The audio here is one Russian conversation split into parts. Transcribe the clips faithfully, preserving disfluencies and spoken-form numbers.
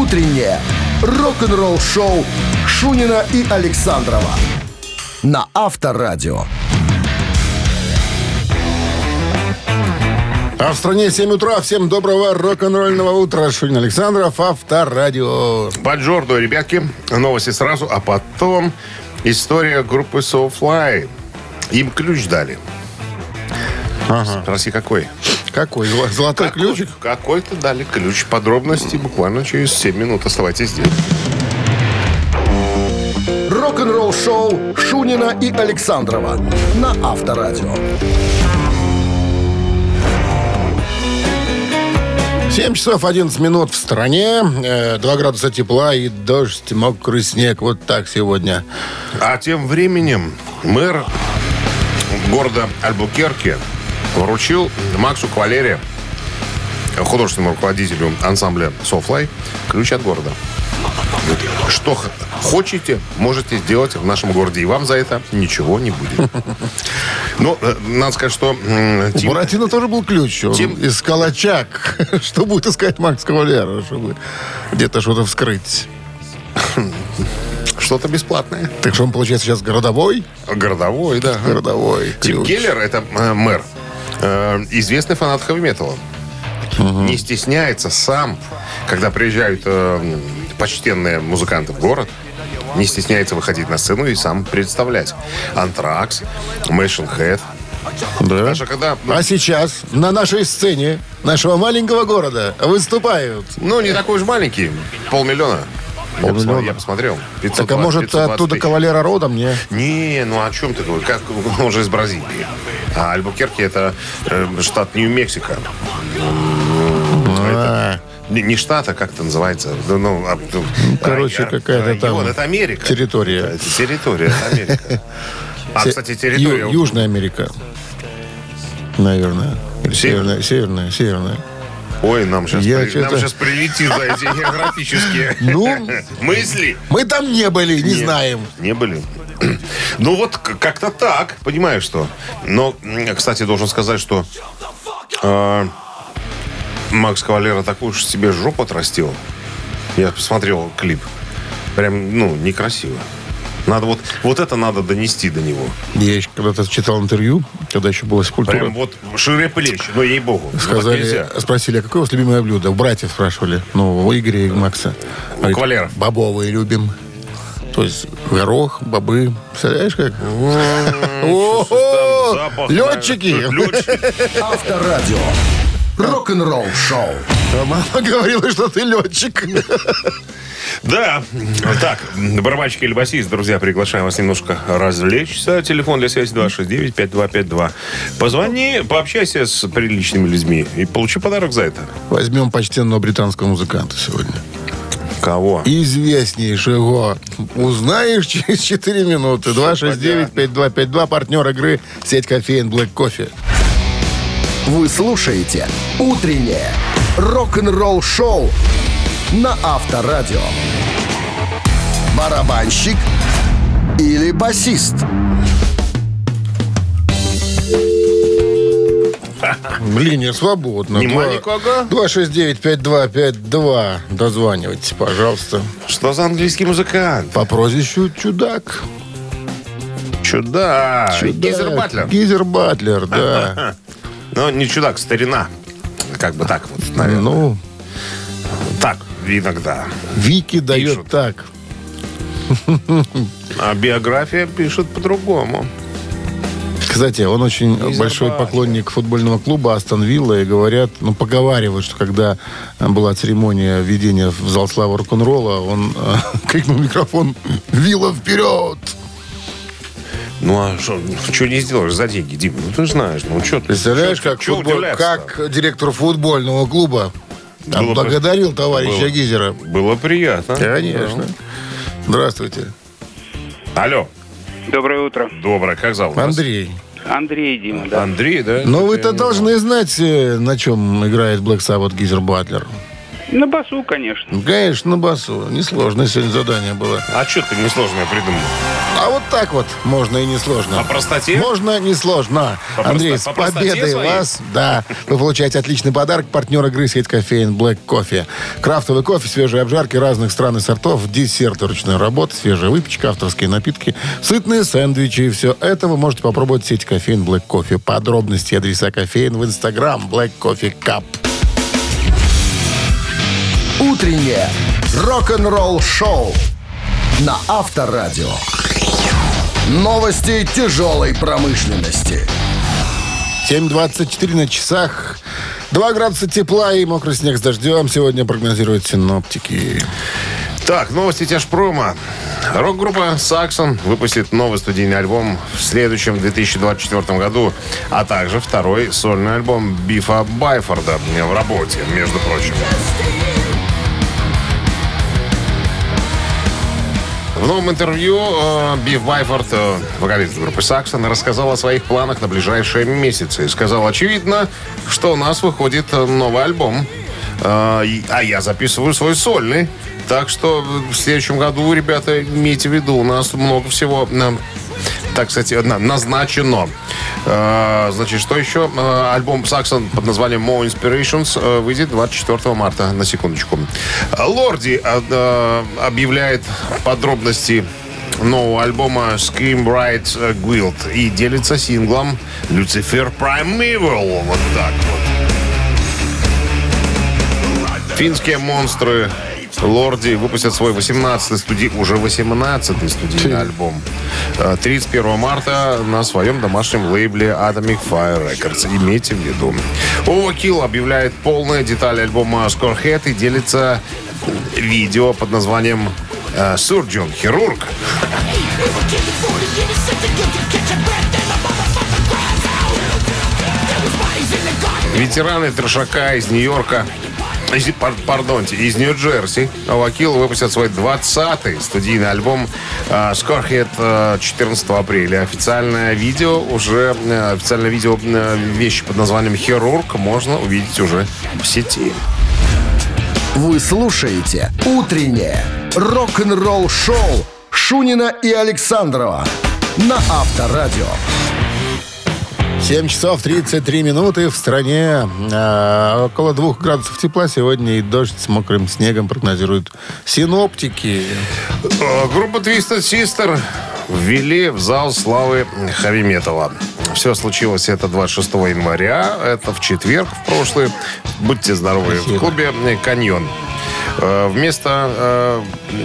утреннее рок-н-ролл-шоу Шунина и Александрова на Авторадио. А в стране семь утра. Всем доброго рок-н-ролльного утра. Шунин, Александров, Авторадио. Бонжорно, ребятки. Новости сразу, а потом история группы Soulfly. Им ключ дали. Ага. Спроси, какой? Какой? Золотой Какой? ключик? Какой-то дали ключ. Подробности буквально через семь минут. Оставайтесь здесь. Рок-н-ролл-шоу Шунина и Александрова на Авторадио. семь часов одиннадцать минут в стране. два градуса тепла и дождь, мокрый снег. Вот так сегодня. А тем временем мэр города Альбукерке вручил Максу Кавалери, художественному руководителю ансамбля Soulfly, ключ от города. Что хотите, можете сделать в нашем городе. И вам за это ничего не будет. Но надо сказать, что... У Буратино тоже был ключ. Он Тим... искал очаг. Что будет искать Макс Кавалери, чтобы где-то что-то вскрыть? Что-то бесплатное. Так что он, получается, сейчас городовой? Городовой, да. Городовой. Тим Келлер, это э, мэр, э, известный фанат хэви-металла. Угу. Не стесняется сам, когда приезжают э, почтенные музыканты в город, не стесняется выходить на сцену и сам представлять. Антракс, Machine Head. Да. Даже когда, ну, а сейчас на нашей сцене нашего маленького города выступают. Ну, не такой уж маленький. Полмиллиона. Я, посмотрел, я посмотрел. пятьсот, так, а может, оттуда Кавалера родом, не? Не, ну о чем ты говоришь? Как, он же из Бразилии. А Альбукерке это э, штат Нью-Мексико. Это не, не штат, а как это называется? Ну, ну, короче, район, какая-то там это Америка. Территория. Это, это территория, это Америка. А, кстати, территория... Ю- Южная Америка. Наверное. Или северная, северная, северная. Ой, нам сейчас, при... нам сейчас прилетит за эти географические ну, мысли. Мы там не были, не Нет, знаем. Не были. Ну вот как-то так, понимаешь, что. Но, кстати, должен сказать, что э, Макс Кавалера такую уж себе жопу отрастил. Я посмотрел клип. Прям, ну, некрасиво. Надо вот, вот это надо донести до него. Я еще когда-то читал интервью, когда еще была скульптура. Прям вот шире плечи, но ей-богу. Сказали, спросили, а какое у вас любимое блюдо? У братьев спрашивали. Ну, у Игоря и Макса. У Кавалера. Бобовые любим. То есть горох, бобы. Представляешь, как? Летчики! Авторадио. Рок-н-ролл шоу. Мама говорила, что ты летчик. Да. Так, барабанщик или басист, друзья, приглашаем вас немножко развлечься. Телефон для связи два шесть девять пять два пять два. Позвони, пообщайся с приличными людьми и получи подарок за это. Возьмем почтенного британского музыканта сегодня. Кого? Известнейшего. Узнаешь через четыре минуты. два шесть девять пять два пять два. Партнер игры сеть кофеин Black Coffee. Вы слушаете «Утреннее рок-н-ролл-шоу» на Авторадио. Барабанщик или басист? Линия свободна. Нема никого? два шесть девять пять два пять два. Дозванивайтесь, пожалуйста. Что за английский музыкант? По прозвищу Чудак. Чудак. Чудак. Гизер Батлер. Гизер Батлер, да. Ну, не чудак, старина. Как бы так вот, наверное. Ну, так, иногда. Вики дает пишут. Так. А биография пишет по-другому. Кстати, он очень Гизер большой Батлер. поклонник футбольного клуба Астон Вилла. И говорят, ну, поговаривают, что когда была церемония введения в зал славы рок-н-ролла, он э, крикнул в микрофон «Вилла вперед!». Ну, а что не сделаешь за деньги, Дима? Ну, ты знаешь, ну, что ты... Представляешь, как, футбол, как директор футбольного клуба Было благодарил при... товарища было, Гизера. Было приятно. Конечно. Да. Здравствуйте. Алло. Доброе утро. Доброе. Как зовут вас? Андрей. Андрей, Дима, да. Андрей, да? Но вы-то должны знать, на чем играет Black Sabbath Гизер Батлер. На басу, конечно. Ну, конечно, на басу. Несложное сегодня задание было. А что ты несложное придумал? А вот так вот можно и несложно. По простоте? Можно несложно. По Андрей, просто- с по простоте победой своей? вас. Да. Вы получаете отличный подарок. Партнер игры сеть кофеин Black Coffee. Крафтовый кофе, свежие обжарки разных стран и сортов, десерты ручной работы, свежая выпечка, авторские напитки, сытные сэндвичи. Все это вы можете попробовать в сети кофеин Black Coffee. Подробности и адреса кофеин в Instagram Black Coffee Cup. Утреннее рок-н-ролл-шоу на Авторадио. Новости тяжелой промышленности. семь двадцать четыре на часах. два градуса тепла и мокрый снег с дождем сегодня прогнозируют синоптики. Так, новости тяжпрома. Рок-группа «Саксон» выпустит новый студийный альбом в следующем две тысячи двадцать четвёртом году, а также второй сольный альбом Бифа Байфорда в работе, между прочим. В новом интервью э, Биф Байфорд, э, вокалист группы «Саксон», рассказал о своих планах на ближайшие месяцы. И сказал, очевидно, что у нас выходит э, новый альбом, э, и- а я записываю свой сольный. Так что в следующем году, ребята, имейте в виду, у нас много всего, э, так сказать, на- назначено. Э, значит, что еще? Э, альбом «Саксон» под названием «More Inspirations» э, выйдет двадцать четвёртого марта, на секундочку. Лорди э, э, объявляет подробности нового альбома Scream Bright Guild и делится синглом Lucifer Primeval. Вот так вот. Финские монстры Лорди выпустят свой восемнадцатый студий, уже восемнадцатый студийный альбом э, тридцать первого марта на своем домашнем лейбле Atomic Fire Records. Имейте в виду. Overkill объявляет полные детали альбома Scorehead и делится видео под названием э, Surgeon, хирург. Ветераны трешака из Нью-Йорка, из, пар- пардонте, из Нью-Джерси, Overkill выпустят свой двадцатый студийный альбом э, Scorehead э, четырнадцатого апреля. Официальное видео уже, э, официальное видео э, вещи под названием «Хирург» можно увидеть уже в сети. Вы слушаете «Утреннее рок-н-ролл-шоу» Шунина и Александрова на Авторадио. семь часов тридцать три минуты в стране. А, около двух градусов тепла сегодня и дождь с мокрым снегом прогнозируют синоптики. Э, Группа Twisted Sister ввели в зал славы хэви-металла. Все случилось это двадцать шестого января. Это в четверг, в прошлый. Будьте здоровы. Спасибо. В клубе «Каньон». Э, Вместо э,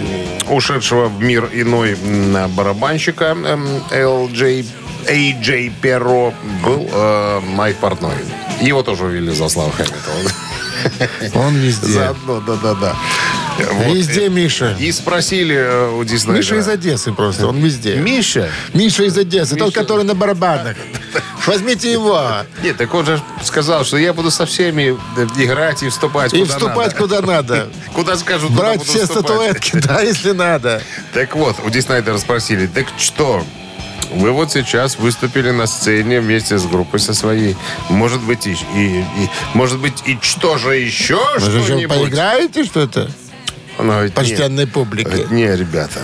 ушедшего в мир иной м, барабанщика эм, эл джей эй джей Перро был э, Майк Портной. Его тоже увели за славу хэви-металла. Он везде. Заодно, да-да-да. Вот. Везде Миша. И спросили э, у Диснея. Миша из Одессы просто, он везде. Миша? Миша из Одессы, тот, Миша. который на барабанах. Возьмите его. Нет, так он же сказал, что я буду со всеми играть и вступать И куда вступать надо. куда надо. Куда скажут, туда Брать буду все вступать. статуэтки, да, если надо. Так вот, у Ди Снайдера спросили, так что, вы вот сейчас выступили на сцене вместе с группой со своей. Может быть, и, и, и- может быть, и что же еще Вы же еще что-нибудь? поиграете что-то? Но ведь Почтенной нет. публике. Не, ребята,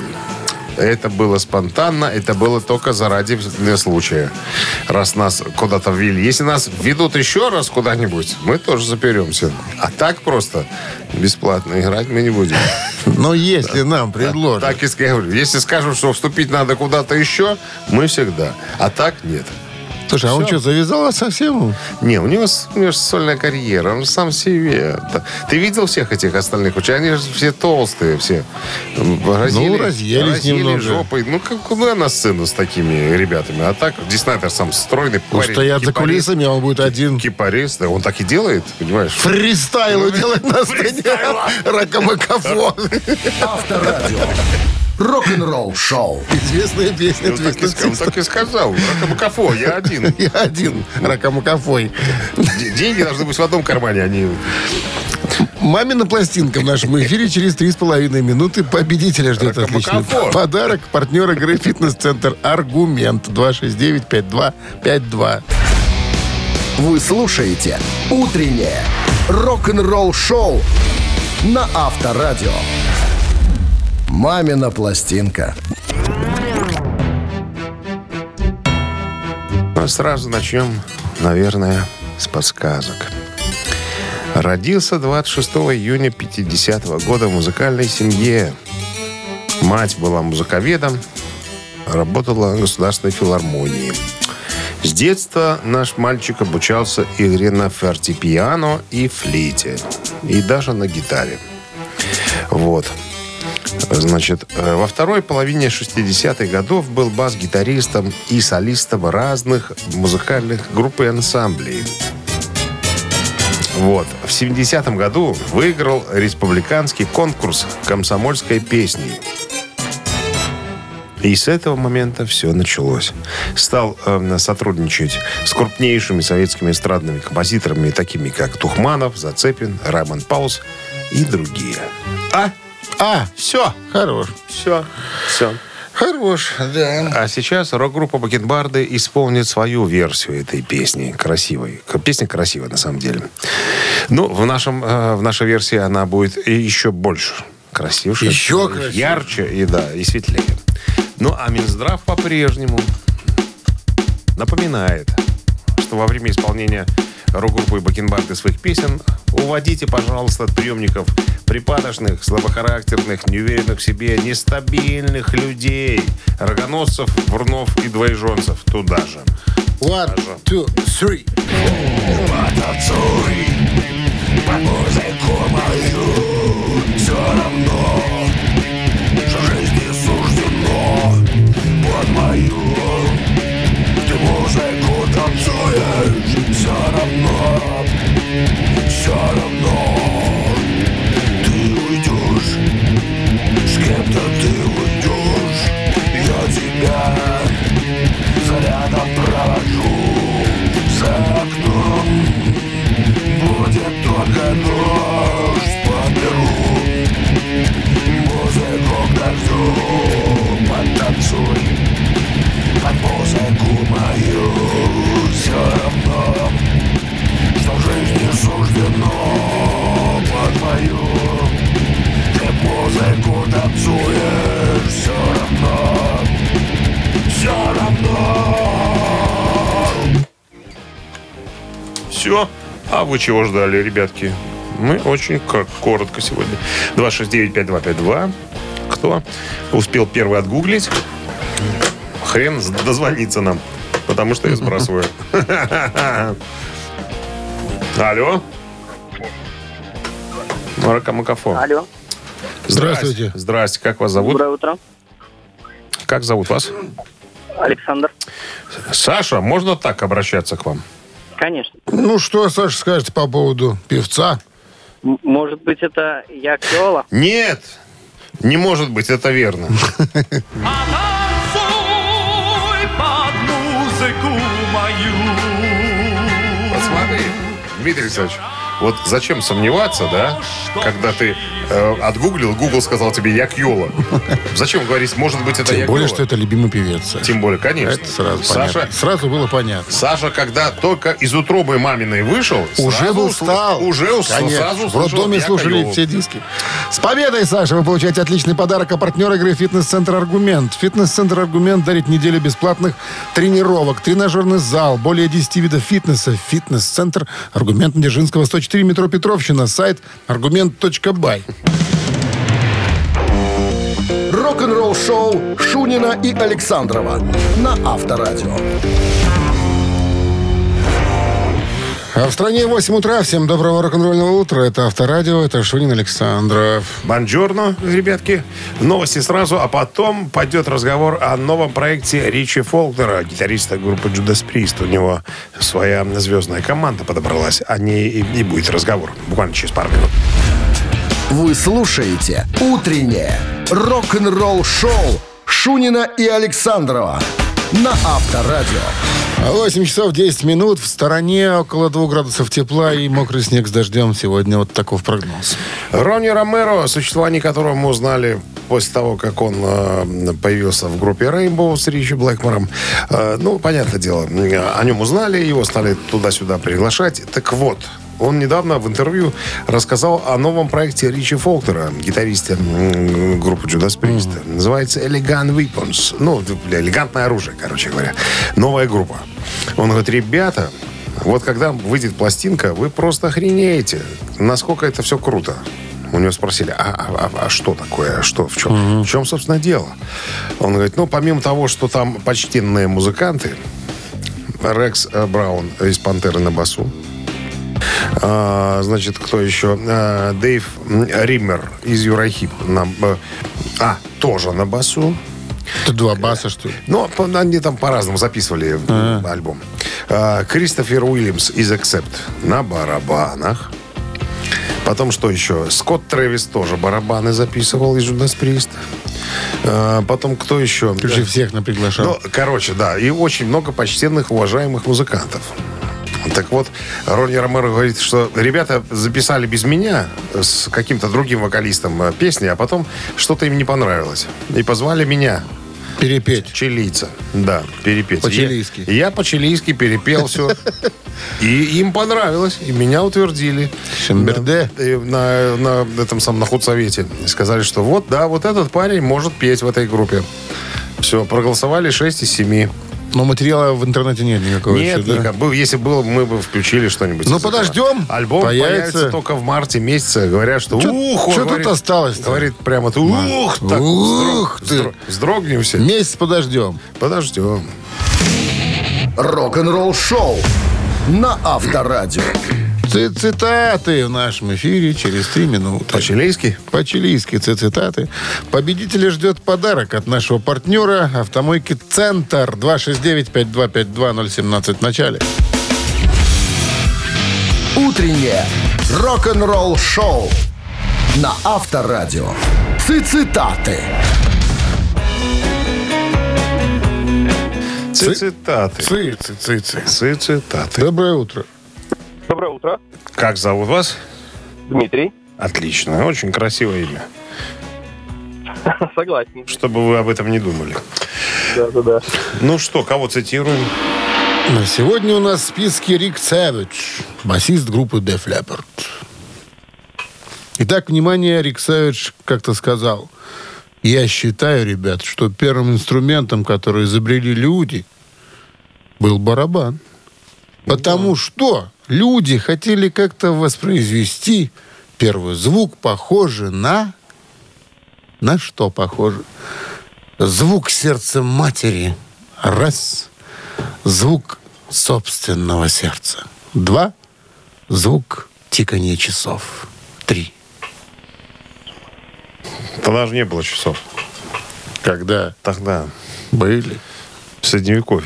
это было спонтанно, это было только заради для случая. Раз нас куда-то ввели. Если нас ведут еще раз куда-нибудь, мы тоже заперемся. А так просто бесплатно играть мы не будем. Но если нам предложат. Так и скажу. Если скажут, что вступить надо куда-то еще, мы всегда. А так нет. Слушай, а он Всё. что, завязал совсем? Не, у него, с- у него же сольная карьера, он сам себе. Да. Ты видел всех этих остальных? Они же все толстые, все. Разили, Ну, разъелись разъели немного. жопой. Ну, как куда на сцену с такими ребятами? А так, Ди Снайдер сам стройный парень. Стоят за кипарист. кулисами, а он будет один. Кипарист, да, он так и делает, понимаешь? Фристайлу делать на сцене. Ракомакафон. Авторадио. Рок-н-ролл-шоу. Известная песня. Ну, так и, ска- он Твистед так и сказал. Ракомакафо, я один. Я один. Ракомакафой. Д- Деньги должны быть в одном кармане, они... Мамина пластинка в нашем эфире через три с половиной минуты. Победителя ждет отличный Ракомакафо. подарок. Партнер игры «Фитнес-центр Аргумент». два шесть девять пять два пять два. Вы слушаете «Утреннее рок-н-ролл-шоу» на Авторадио. «Мамина пластинка». Сразу начнем, наверное, с подсказок. Родился двадцать шестого июня пятидесятого года в музыкальной семье. Мать была музыковедом, работала в Государственной филармонии. С детства наш мальчик обучался игре на фортепиано и флейте. И даже на гитаре. Вот. Значит, во второй половине шестидесятых годов был бас-гитаристом и солистом разных музыкальных групп и ансамблей. Вот. В семидесятом году выиграл республиканский конкурс комсомольской песни. И с этого момента все началось. Стал э, сотрудничать с крупнейшими советскими эстрадными композиторами, такими как Тухманов, Зацепин, Раймон Паулс и другие. А? А, Все. хорош. Все. Все. Хорош, да. А сейчас рок-группа Бакенбарды исполнит свою версию этой песни. Красивой. Песня красивая, на самом деле. Ну, в, нашем, э, в нашей версии она будет еще больше красивше. Еще красивее. Ярче и, да, и светлее. Ну, а Минздрав по-прежнему напоминает, что во время исполнения рок-группы Бакенбарды своих песен уводите, пожалуйста, от приемников припадочных, слабохарактерных, неуверенных в себе, нестабильных людей, рогоносцев, врунов и двоеженцев туда же. One, two, three. Под музыку мою все равно, что жизни суждено под мою. Ты музыку танцуешь, все равно, все равно. Ты уйдешь, с кем-то ты уйдешь. Я тебя зарядом провожу за окном. Будет только дождь, подберу музыку к дождю, подтанцуй под музыку мою. Все равно, что в жизни суждено под твою. Ты музыку танцуешь, все равно, все равно. Все. А вы чего ждали, ребятки? Мы очень как коротко сегодня. два шесть девять пять два пять два. Кто успел первый отгуглить, хрен дозвониться нам, потому что я сбрасываю. Алло. Маракамакафо. Алло. Здравствуйте. Здрасте. Как вас зовут? Доброе утро. Как зовут вас? Александр. Саша, можно так обращаться к вам? Конечно. Ну, что, Саша, скажете по поводу певца? М- может быть, это я Кёла? Нет, не может быть, это верно. Танцуй под музыку мою. Посмотри, Дмитрий Александрович, вот зачем сомневаться, да, когда ты э, отгуглил, Google сказал тебе «Я Кьола». Зачем говорить, может быть, это Тем «Я более, Кьола»? что это любимый певец. Тем более, конечно. Это сразу Саша, понятно. Сразу было понятно. Саша, когда только из утробы маминой вышел, Уже сразу был сл- стал. Уже Конечно. сразу В роддоме «Я слушали Кьола». все диски. С победой, Саша! Вы получаете отличный подарок. А партнер игры «Фитнес-центр Аргумент». «Фитнес-центр Аргумент» дарит неделю бесплатных тренировок, тренажерный зал, более десяти видов фитнеса. «Фитнес-центр Аргумент» на Дзержинского, сто четыре, метро Петровщина. Сайт аргумент точка бай. Рок-н-ролл шоу Шунина и Александрова на Авторадио. А в стране восемь утра. Всем доброго рок-н-ролльного утра. Это Авторадио, это Шунин Александров. Бонжорно, ребятки. Новости сразу, а потом пойдет разговор о новом проекте Ричи Фолкнера, гитариста группы Judas Priest. У него своя звездная команда подобралась. О ней и, и будет разговор. Буквально через пару минут. Вы слушаете «Утреннее рок-н-ролл-шоу» Шунина и Александрова на Авторадио. восемь часов десять минут. В стороне около двух градусов тепла и мокрый снег с дождем. Сегодня вот таков прогноз. Ронни Ромеро, о существовании которого мы узнали после того, как он э, появился в группе Rainbow с Ричи Блэкмором. Э, ну, понятное дело, о нем узнали, его стали туда-сюда приглашать. Так вот, Он недавно в интервью рассказал о новом проекте Ричи Фолкнера, гитариста м, группы Judas Priest. Mm-hmm. Называется Elegant Weapons. Ну, элегантное оружие, короче говоря. Новая группа. Он говорит, ребята, вот когда выйдет пластинка, вы просто охренеете, насколько это все круто. У него спросили, а, а, а что такое, что, в чем, mm-hmm. в чем, собственно, дело? Он говорит, ну, помимо того, что там почтенные музыканты, Рекс Браун из «Пантеры» на басу, а, значит, кто еще? А, Дэйв Риммер из «Юрахип» на, а, тоже на басу. Это два баса, что ли? Ну, они там по-разному записывали А-а-а. альбом. А, Кристофер Уильямс из «Accept» на барабанах. Потом что еще? Скотт Трэвис тоже барабаны записывал из Judas Priest. А, потом кто еще? Ты же всех наприглашал. Ну, короче, да. И очень много почтенных, уважаемых музыкантов. Так вот, Ронни Ромеро говорит, что ребята записали без меня с каким-то другим вокалистом песни, а потом что-то им не понравилось. И позвали меня. Перепеть. Чилийца. Да, перепеть. По-чилийски. Я, я по-чилийски перепел все. И им понравилось. И меня утвердили. Шенберде. На, на, на этом самом, на худсовете. Сказали, что вот, да, вот этот парень может петь в этой группе. Все, проголосовали шесть из семи. Но материала в интернете нет никакого. Нет, еще, да? никак. Если было, мы бы включили что-нибудь. Ну, подождем. Альбом появится... появится только в марте месяце. Говорят, что ух, что тут осталось-то? Говорит прямо, ух, так, ух вздрог, ты. Вздрогнем все. Месяц подождем. Подождем. Рок-н-ролл шоу на Авторадио. Цитаты в нашем эфире через три минуты. По-чилийски? По-чилийски цитаты. Победителя ждет подарок от нашего партнера «Автомойки Центр». два шесть девять пять два пять два ноль семнадцать в начале. Утреннее рок-н-ролл шоу на Авторадио. Цитаты. Цитаты. Ци-ци-ци-ци. Цитаты. Доброе утро. Доброе утро. Как зовут вас? Дмитрий. Отлично. Очень красивое имя. Согласен. Чтобы вы об этом не думали. Да-да-да. Ну что, кого цитируем? Сегодня у нас в списке Рик Сэвидж, басист группы Def Leppard. Итак, внимание, Рик Сэвидж как-то сказал: я считаю, ребят, что первым инструментом, который изобрели люди, был барабан. Потому что люди хотели как-то воспроизвести первый звук, похожий на... На что похоже? Звук сердца матери. Раз. Звук собственного сердца. Два. Звук тикания часов. Три. Тогда же не было часов. Когда? Тогда. Были. В Средневековье.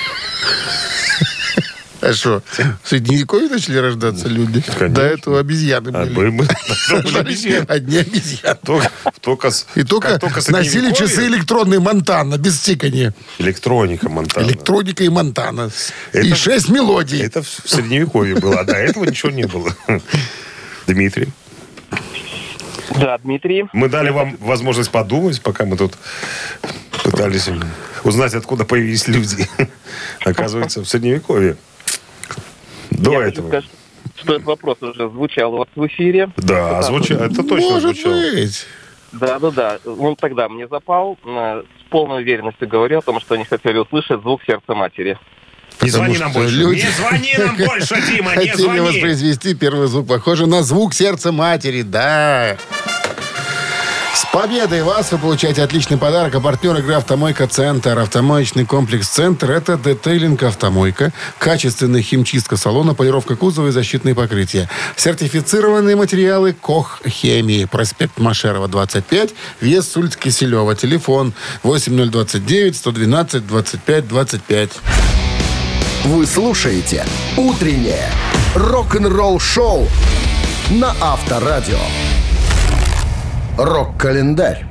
А что, в Средневековье начали рождаться люди? Конечно. До этого обезьяны А были. мы, мы, Одни обезьяны. только, только, с- И только, как только носили Средневековье, часы электронные Монтана, без тикания. электроника Монтана. Электроника и Монтана. И Это- шесть мелодий. Это в Средневековье было, а до этого ничего не было. Дмитрий, Да, Дмитрий. мы дали вам возможность подумать, пока мы тут пытались узнать, откуда появились люди. Оказывается, в Средневековье. До Я хочу этого. сказать, что этот вопрос уже звучал у вас в эфире. Да, звучало. Это точно Может звучало. быть. Да-да-да. Он тогда мне запал. э, С полной уверенностью говорю о том, что они хотели услышать звук сердца матери. Не звони Потому нам что больше. люди- Не звони нам больше, Дима, не Хотели звони. воспроизвести первый звук, похожий на звук сердца матери. Да. С победой вас! Вы получаете отличный подарок. А партнер игры «Автомойка Центр». Автомоечный комплекс «Центр» — это детейлинг «Автомойка», качественная химчистка салона, полировка кузова и защитные покрытия. Сертифицированные материалы «Кох Хемии». Проспект Машерова, двадцать пять, въезд с улицы Киселева. Телефон восемь ноль двадцать девять сто двенадцать двадцать пять двадцать пять. Вы слушаете «Утреннее рок-н-ролл-шоу» на Авторадио. Рок-календарь.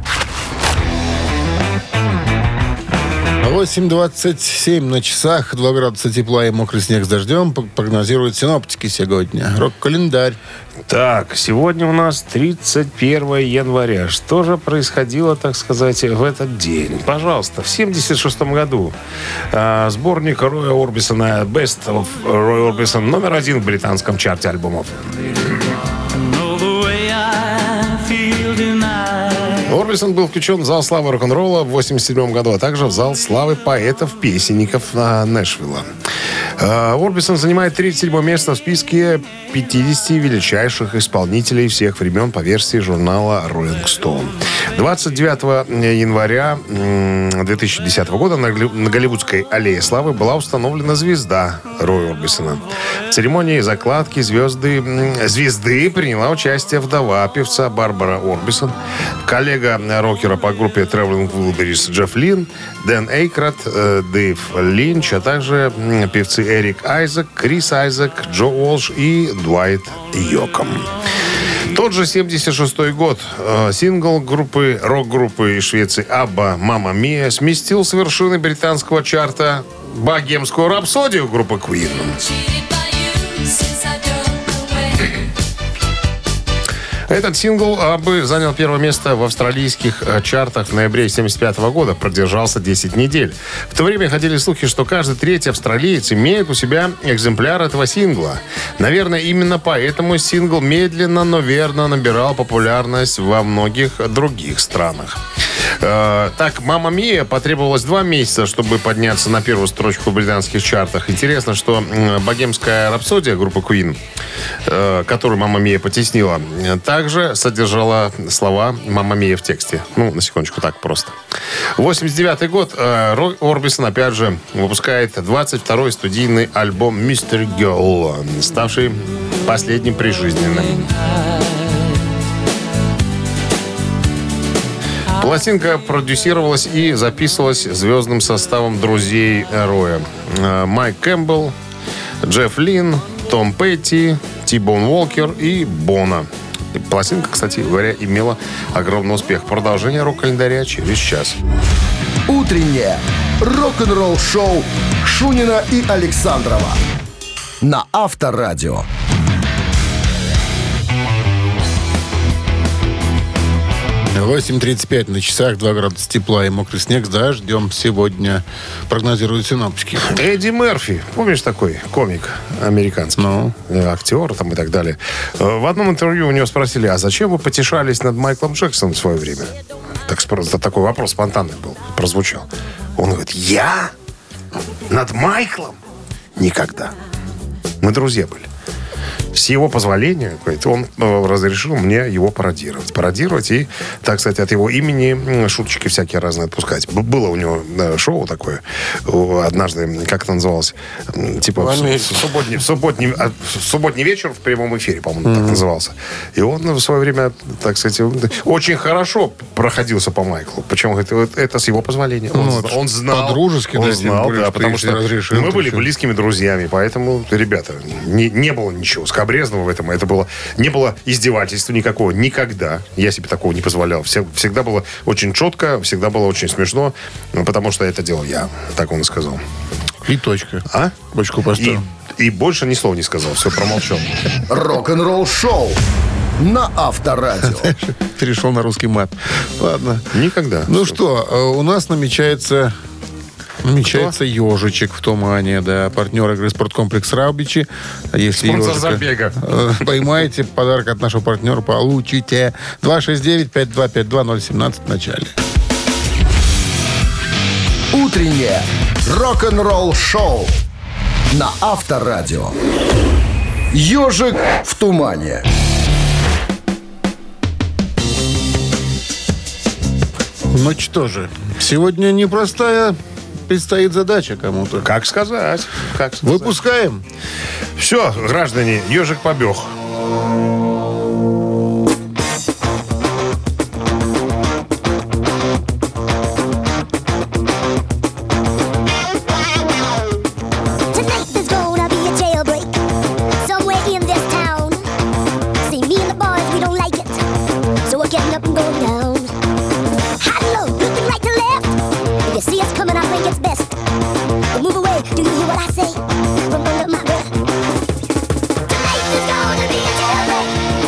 восемь двадцать семь на часах, два градуса тепла и мокрый снег с дождем прогнозируют синоптики сегодня. Рок-календарь. Так, сегодня у нас тридцать первое января. Что же происходило, так сказать, в этот день? Пожалуйста, в семьдесят шестом году э, сборник Роя Орбисона «Best of Roy Orbison» номер один в британском чарте альбомов. Орбисон был включен в зал славы рок-н-ролла в восемьдесят седьмом году, а также в зал славы поэтов-песенников Нэшвилла. Орбисон занимает тридцать седьмое место в списке пятидесяти величайших исполнителей всех времен по версии журнала Rolling Stone. двадцать девятого января две тысячи десятого года на Голливудской аллее славы была установлена звезда Роя Орбисона. В церемонии закладки звезды, звезды приняла участие вдова певца Барбара Орбисон, коллега рокера по группе Traveling Wilburys Джефф Лин, Дэн Эйкрот, Дэйв Линч, а также певцы Эрик Айзек, Крис Айзек, Джо Уолш и Дуайт Йоком. Тот же семьдесят шестой год. Сингл группы, рок-группы из Швеции «Абба» «Мамма Мия» сместил с вершины британского чарта богемскую рапсодию группы Queen. Этот сингл «Аббы» занял первое место в австралийских чартах в ноябре семьдесят пятого года. Продержался десять недель. В то время ходили слухи, что каждый третий австралиец имеет у себя экземпляр этого сингла. Наверное, именно поэтому сингл медленно, но верно набирал популярность во многих других странах. Э, так, «Мамма Мия» потребовалось два месяца, чтобы подняться на первую строчку в британских чартах. Интересно, что э, богемская рапсодия группы Queen, э, которую «Мамма Мия» потеснила, также содержала слова «Мамма Мия» в тексте. Ну, на секундочку, так просто. восемьдесят девятый год. Э, Рой Орбисон, опять же, выпускает двадцать второй студийный альбом «Мистер Герл», ставший последним прижизненным. Пластинка продюсировалась и записывалась звездным составом друзей Роя. Майк Кэмпбелл, Джефф Лин, Том Петти, Ти-Бон Уолкер и Бона. Пластинка, кстати говоря, имела огромный успех. Продолжение рок-календаря через час. Утреннее рок-н-ролл-шоу Шунина и Александрова на Авторадио. восемь тридцать пять на часах, два градуса тепла и мокрый снег с дождем сегодня прогнозируют синоптики. Эдди Мерфи, помнишь такой комик американский, ну. актер там и так далее. В одном интервью у него спросили, а зачем вы потешались над Майклом Джексоном в свое время? Так, такой вопрос спонтанный был, прозвучал. Он говорит, я? Над Майклом? Никогда. Мы друзья были. С его позволения, он разрешил мне его пародировать. Пародировать и, так сказать, от его имени шуточки всякие разные отпускать. Было у него шоу такое однажды, как это называлось? Типа в субботний, в, субботний, в субботний вечер в прямом эфире, по-моему, mm-hmm. так назывался. И он в свое время, так сказать, очень хорошо проходился по Майклу. Почему? Это, это с его позволения. Он, ну, он знал. По-дружески, он да, знал, более, да, что потому что разрешил, мы были все. близкими друзьями, поэтому, ребята, не, не было ничего скабрезного в этом. Это было, не было издевательства никакого. Никогда. Я себе такого не позволял. Все, всегда было очень четко, всегда было очень смешно, потому что это делал я. Так он и сказал. И точка. А? Точку поставил. И, и больше ни слова не сказал. Все, промолчал. Рок-н-ролл-шоу на Авторадио. Перешел на русский мат. Ладно. Никогда. Ну что, у нас намечается... Намечается ежичек в тумане, да. Партнер игры «Спорткомплекс Раубичи». Если Спонсор ежика забега. поймаете, подарок от нашего партнера получите. два шесть девять пять два пять два ноль семнадцать в начале. Утреннее рок-н-ролл-шоу на Авторадио. Ежик в тумане. Ну что же, сегодня непростая предстоит задача кому-то. Как сказать? Как сказать? Выпускаем. Все, граждане, ежик побег. Tonight is gonna be a jailbreak.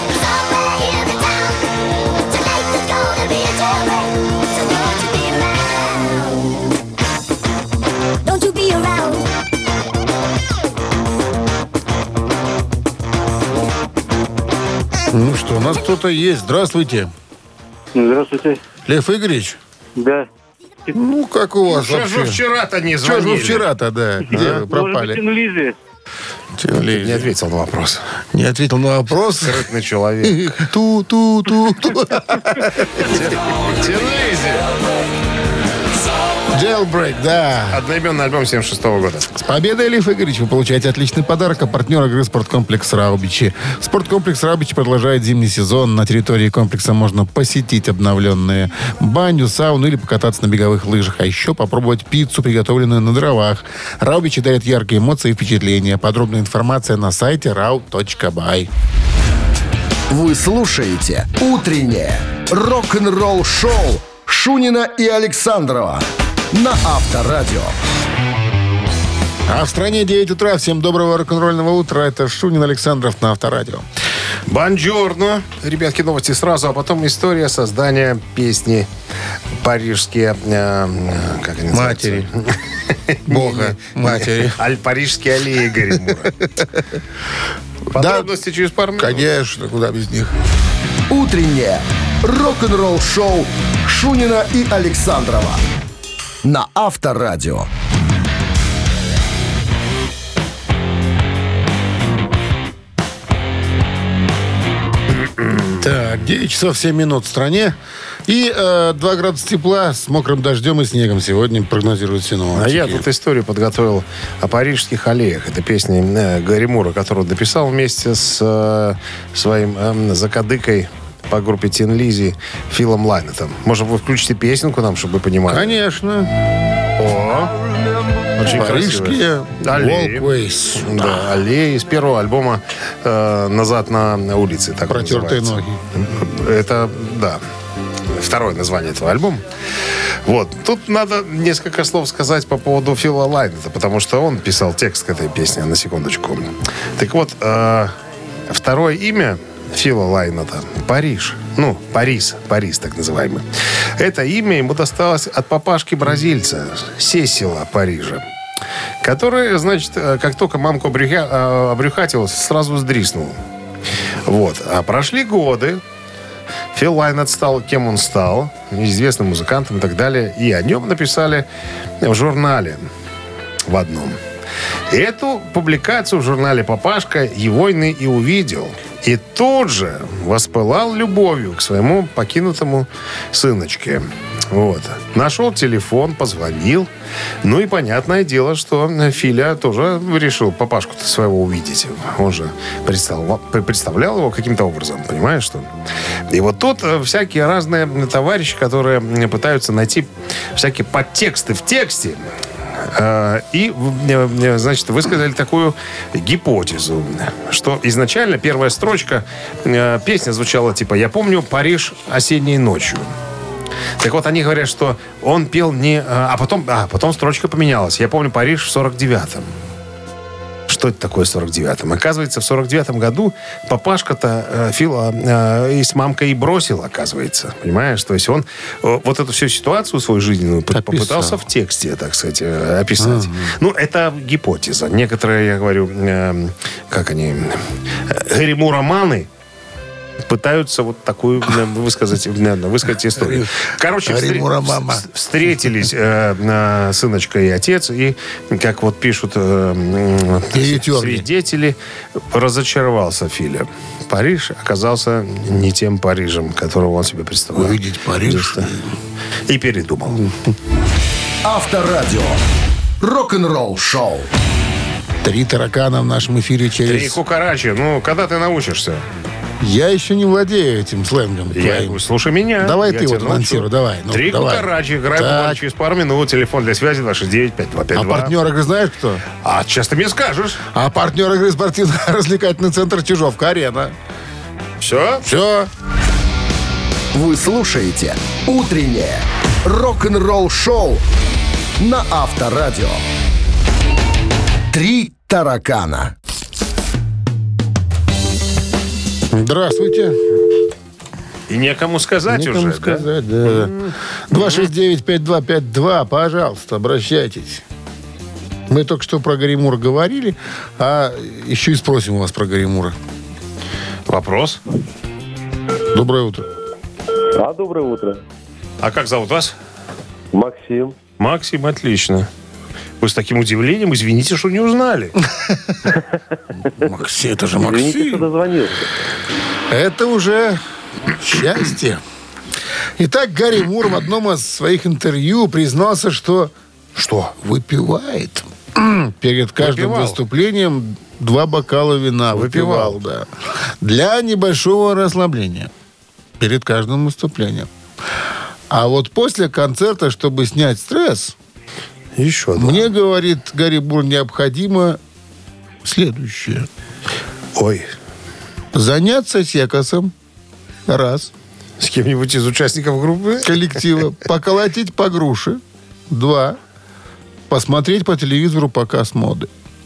нас кто-то есть. Здравствуйте. Здравствуйте. Лев Игоревич? Да. Ну, как у вас Что же вообще? вы вчера-то не Что же звонили? вы вчера-то, да? Где вы Может быть, пропали? Тинлизи? Тинлизи. Не ответил на вопрос. Не ответил на вопрос. Скрытный человек. Ту-ту-ту-ту. Тинлизи. Jailbreak, да. Одноименный альбом семьдесят шестого года. С победой, Лев Игоревич, вы получаете отличный подарок от партнера игры «Спорткомплекс Раубичи». Спорткомплекс Раубичи продолжает зимний сезон. На территории комплекса можно посетить обновленные баню, сауну или покататься на беговых лыжах. А еще попробовать пиццу, приготовленную на дровах. Раубичи дарят яркие эмоции и впечатления. Подробная информация на сайте рау точка бай. Вы слушаете «Утреннее рок-н-ролл-шоу» Шунина и Александрова на Авторадио. А в стране девять утра. Всем доброго рок-н-ролльного утра. Это Шунин Александров на Авторадио. Бонжорно. Ребятки, новости сразу, а потом история создания песни «Парижские...» э, как они называются? Матери. Бога. Матери. Аль Парижские аллеи Гарри Мура. Подробности через пару минут. Конечно, куда без них. Утреннее рок-н-ролл-шоу Шунина и Александрова на Авторадио. Так, девять часов семь минут в стране. И э, два градуса тепла с мокрым дождем и снегом сегодня прогнозируют синоптики. А я тут историю подготовил о парижских аллеях. Это песня э, Гарри Мура, которую дописал вместе с э, своим э, закадыкой по группе Тин Лизи Филом Лайнетом. Может, вы включите песенку нам, чтобы вы понимали? Конечно. О, очень Парижские красиво. Аллеи. Walkways. Да, аллеи из первого альбома э, «Назад на, на улице». Так он Протертые называется. ноги. Это, да, второе название этого альбома. Вот. Тут надо несколько слов сказать по поводу Фила Лайнета, потому что он писал текст к этой песне, на секундочку. Так вот, э, второе имя Фила Лайнета — Париж. Ну, Парис, Парис так называемый. Это имя ему досталось от папашки-бразильца Сесила Парижа, который, значит, как только мамку обрюха... обрюхатил, сразу сдриснул. Вот. А прошли годы. Фил Лайнет стал, кем он стал, известным музыкантом и так далее. И о нем написали в журнале в одном. И эту публикацию в журнале «Папашка» Егойный и увидел. И тут же воспылал любовью к своему покинутому сыночке. Вот. Нашел телефон, позвонил. Ну и понятное дело, что Филя тоже решил папашку-то своего увидеть. Он же представлял, представлял его каким-то образом, понимаешь, что? И вот тут всякие разные товарищи, которые пытаются найти всякие подтексты в тексте, и, значит, высказали такую гипотезу, что изначально первая строчка песни звучала типа «Я помню Париж осенней ночью». Так вот, они говорят, что он пел не... А потом, а, потом строчка поменялась. «Я помню Париж в сорок девятом». Что это такое в сорок девятом? Оказывается, в сорок девятом году папашка-то э, Фила э, и с мамкой и бросил, оказывается. Понимаешь? То есть он э, вот эту всю ситуацию свою жизненную Описал. попытался в тексте, так сказать, э, описать. Uh-huh. Ну, это гипотеза. Некоторые, я говорю, э, как они... Э, Гарри-Мура-маны пытаются вот такую высказать, высказать историю. Короче, встр... встретились э, сыночка и отец, и, как вот пишут э, свидетели, разочаровался Филя. Париж оказался не тем Парижем, которого он себе представлял. Увидеть Париж. И передумал. Авторадио. Рок-н-ролл шоу. Три таракана в нашем эфире через... Три кукарачи. Ну, когда ты научишься? Я еще не владею этим сленгом. Я, твоим. слушай меня. Давай я ты вот анонсируй, давай. Ну, Три давай. кукарачи. Играем через пару минут. Телефон для связи два шесть девять пять два пять А два. партнер игры знаешь кто? А сейчас ты мне скажешь. А партнер игры спортивно-развлекательный центр «Чижовка-Арена». Все? Все. Вы слушаете «Утреннее рок-н-ролл-шоу» на Авторадио. Три таракана. Здравствуйте. И некому сказать Некому уже, сказать, да? два шесть девять пять два пять два, пожалуйста, обращайтесь. Мы только что про Гарри Мура говорили, а еще и спросим у вас про Гарри Мура. да? Вопрос? Доброе утро. А, доброе утро. А как зовут вас? Максим. Максим, отлично. Вы с таким удивлением, извините, что не узнали. Максим, это же Извините, что Максим. дозвонился. Это уже счастье. Итак, Гарри Мур в одном из своих интервью признался, что... Что? Выпивает. Перед каждым Выпивал. выступлением два бокала вина. Выпивал. Выпивал, да. Для небольшого расслабления. Перед каждым выступлением. А вот после концерта, чтобы снять стресс, Еще два. мне, говорит Гарри Мур, необходимо следующее. Ой, Заняться секосом. Раз. с кем-нибудь из участников группы? Коллектива. Поколотить по груше. Два. Посмотреть по телевизору показ моды.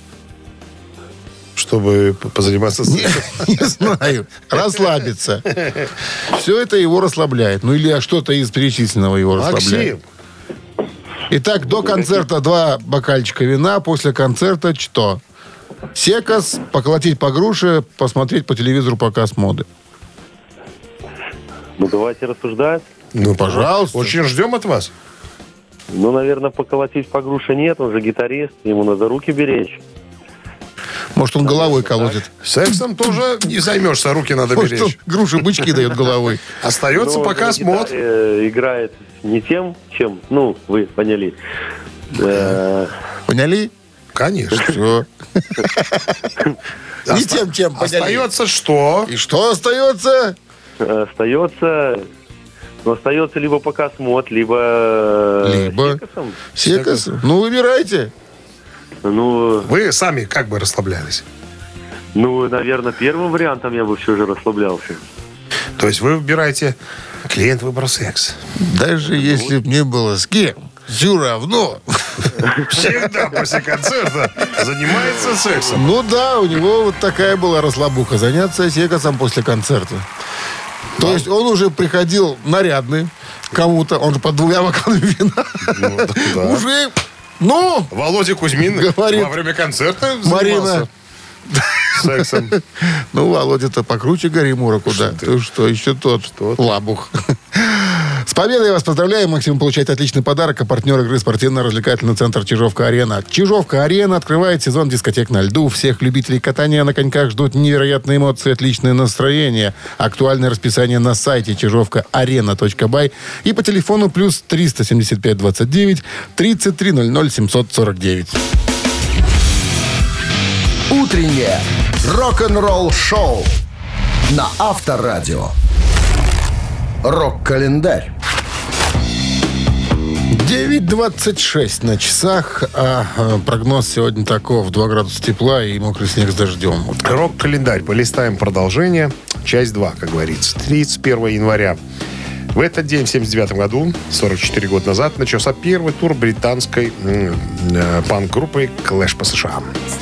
Чтобы п- позаниматься с... Не, не знаю. Расслабиться. Все это его расслабляет. Ну или что-то из перечисленного его расслабляет. Максим, Итак, до концерта два бокальчика вина. После концерта что? Секос, поколотить по груше, посмотреть по телевизору показ моды. Ну, давайте рассуждать. Ну, пожалуйста. очень ждем от вас. Ну, наверное, поколотить по груше нет, он же гитарист, ему надо руки беречь. Может, он головой колотит. Сексом тоже не займешься, руки надо Может, он беречь. груши бычки дает головой. Остается Но он показ на мод. гитаре, э, играет не тем, чем, ну, вы поняли. Э, Поняли? Конечно. Все. Не тем, чем поняли. Остается что? И что остается? Остается, ну, остается либо показ мод, либо... э, Либо. секосом. Секос. Ну, выбирайте. Ну, Вы сами как бы расслаблялись. ну, наверное, первым вариантом я бы все же расслаблялся. То есть вы выбираете... Клиент выбрал секс. Даже если б не было с кем, все равно. Всегда после концерта занимается сексом. Ну да, у него вот такая была расслабуха. Заняться секосом после концерта. То есть он уже приходил нарядный кому-то. Он же под двумя бокалами вина. Ну, да, да. Уже, ну, Володя Кузьмин Говорит во время концерта Марина. занимался сексом. Ну, Володя-то покруче Гарри Мура куда. Ты что, еще тот лабух. С победой вас поздравляем. Максим получает отличный подарок. А партнер игры спортивно-развлекательный центр «Чижовка-арена». «Чижовка-арена» открывает сезон дискотек на льду. Всех любителей катания на коньках ждут невероятные эмоции, отличное настроение. Актуальное расписание на сайте чижовка арена точка бай и по телефону плюс триста семьдесят пять двадцать девять тридцать три ноль ноль семьсот сорок девять. Утреннее рок-н-ролл-шоу на Авторадио. Рок-календарь. девять двадцать шесть на часах, а э, прогноз сегодня таков: два градуса тепла и мокрый снег с дождем. Вот. Рок-календарь. Полистаем продолжение. Часть два, как говорится. тридцать первого января. В этот день, в семьдесят девятом году, сорок четыре года назад, начался первый тур британской м, э, панк-группы Clash по США.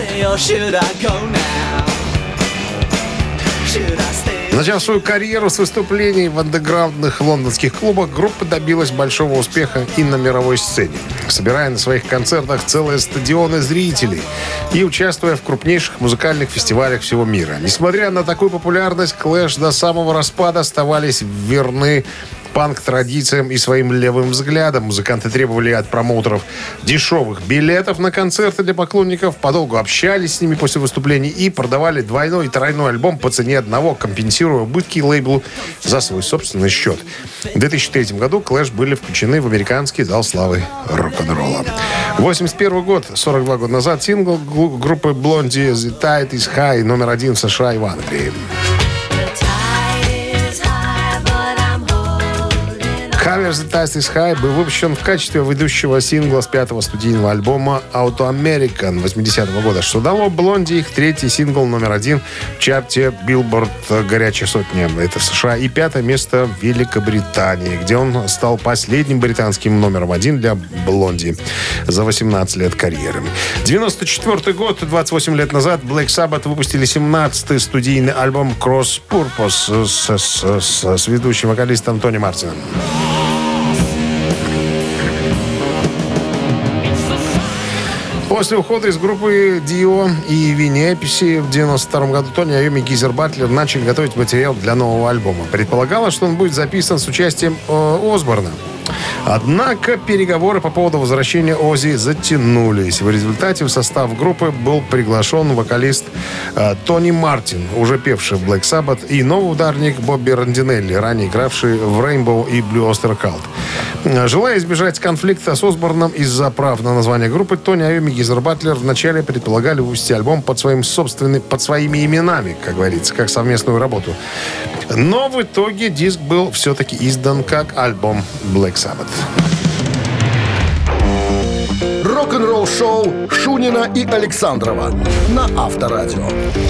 Начав свою карьеру с выступлений в андеграундных лондонских клубах, группа добилась большого успеха и на мировой сцене, собирая на своих концертах целые стадионы зрителей и участвуя в крупнейших музыкальных фестивалях всего мира. Несмотря на такую популярность, Clash до самого распада оставались верны панк-традициям и своим левым взглядам. Музыканты требовали от промоутеров дешевых билетов на концерты для поклонников, подолгу общались с ними после выступлений и продавали двойной и тройной альбом по цене одного, компенсируя убытки лейблу за свой собственный счет. В две тысячи третьем году Clash были включены в американский зал славы рок-н-ролла. восемьдесят первый год, сорок два года назад, сингл группы Blondie «The Tide is High» номер один в США и в Англии. Кавер «The Tide is High» был выпущен в качестве ведущего сингла с пятого студийного альбома «Auto American» восьмидесятого года, что дало Блонди их третий сингл номер один в чарте Billboard «Горячая сотня». Это в США. И пятое место в Великобритании, где он стал последним британским номером один для Блонди за восемнадцать лет карьеры. девяносто четвёртый год, двадцать восемь лет назад, Black Sabbath выпустили семнадцатый студийный альбом «Cross Purpose» с, с, с, с ведущим вокалистом Тони Мартином. После ухода из группы Дио и Винни-Эписи в девяносто втором году Тони Айоми и Гизер Батлер начали готовить материал для нового альбома. Предполагалось, что он будет записан с участием э, Осборна. Однако переговоры по поводу возвращения Оззи затянулись. В результате в состав группы был приглашен вокалист э, Тони Мартин, уже певший в Black Sabbath, и новый ударник Бобби Рандинелли, ранее игравший в Rainbow и Blue Oyster Cult. Желая избежать конфликта с Осборном из-за прав на название группы, Тони Айоми и Гизер Батлер вначале предполагали выпустить альбом под, своим собственным, под своими именами, как говорится, как совместную работу. Но в итоге диск был все-таки издан как альбом Black Sabbath. Рок-н-ролл шоу Шунина и Александрова на Авторадио.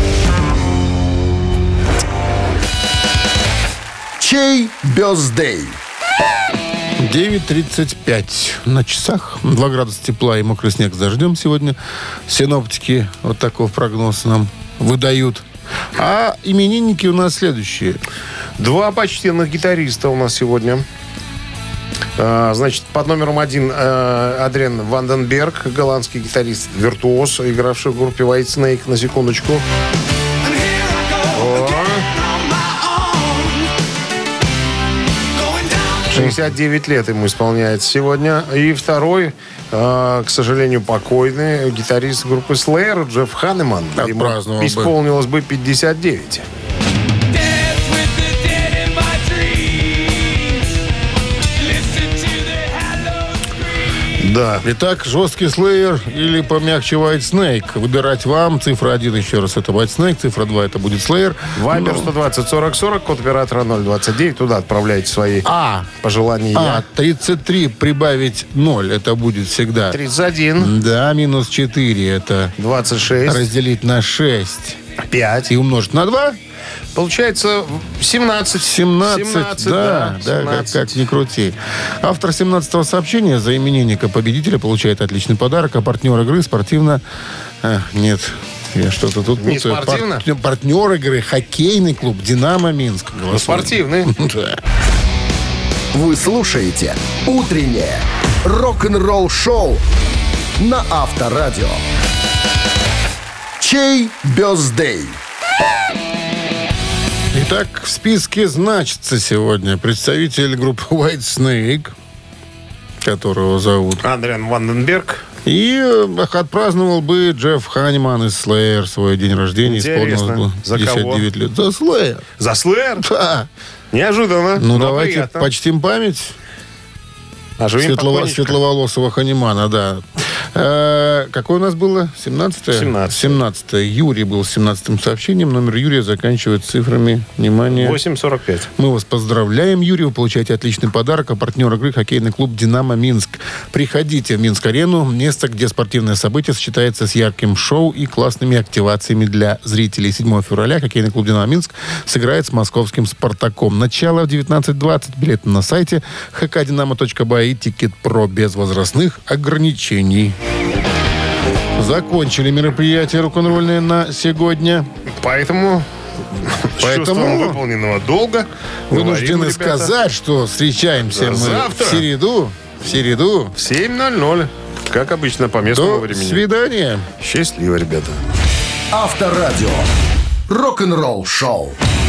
Чей бёздей? девять тридцать пять на часах. два градуса тепла и мокрый снег с дождем сегодня. Синоптики вот такой прогноз нам выдают. А именинники у нас следующие. Два почтенных гитариста у нас сегодня. А, значит, под номером один э, Адриан Ванденберг, голландский гитарист, виртуоз, игравший в группе White Snake, на секундочку. шестьдесят девять лет ему исполняется сегодня. И второй, э, к сожалению, покойный гитарист группы Slayer Джефф Ханеман. Ему исполнилось бы пятьдесят девять. Да. Итак, жесткий Slayer или помягче White Snake. Выбирать вам. Цифра один еще раз это White Snake, цифра два это будет Slayer. Вайбер сто двадцать сорок сорок, код оператора ноль двадцать девять. Туда отправляйте свои а, пожелания. А, тридцать три прибавить ноль, это будет всегда. тридцать один. Да, минус четыре, это двадцать шесть. Разделить на шесть. пять. И умножить на два. Получается семнадцать. семнадцать, семнадцать, да, да, семнадцать. Как, как ни крути. Автор семнадцатого сообщения за именинника победителя получает отличный подарок, а партнер игры спортивно... А, нет, я что-то тут Не путаю. спортивно? Пар... Партнер игры хоккейный клуб «Динамо Минск». Ну, спортивный. Да. Вы слушаете «Утреннее рок-н-ролл-шоу» на Авторадио. Чей бёздей? Итак, в списке значится сегодня представитель группы White Snake, которого зовут Адриан Ванденберг. И отпраздновал бы Джефф Ханеман из Slayer свой день рождения. Интересно. Исполнилось бы За пятьдесят девять кого? лет. За Slayer. За Slayer? Да. Неожиданно. Ну, но давайте приятно. почтим память Оживим светлого, покойничка. светловолосого Ханемана, да. Э, какое у нас было? семнадцатое? семнадцатое. семнадцатое. Юрий был с семнадцатым сообщением. Номер Юрия заканчивается цифрами. Внимание. восемь сорок пять. Мы вас поздравляем, Юрий. Вы получаете отличный подарок. А партнер игры хоккейный клуб «Динамо Минск». Приходите в Минск-арену. Место, где спортивное событие сочетается с ярким шоу и классными активациями для зрителей. седьмого февраля хоккейный клуб «Динамо Минск» сыграет с московским «Спартаком». Начало в девятнадцать двадцать. Билеты на сайте эйч кей динамо точка бай и Тикет.Про без возрастных ограничений. Закончили мероприятие рок-н-ролльное на сегодня. Поэтому, Поэтому с чувством выполненного долга вынуждены говорим, ребята, сказать, что встречаемся мы завтра. в середу. В середу. в семь ноль ноль. Как обычно, по местному До времени. свидания. Счастливо, ребята. Авторадио. Рок-н-ролл шоу.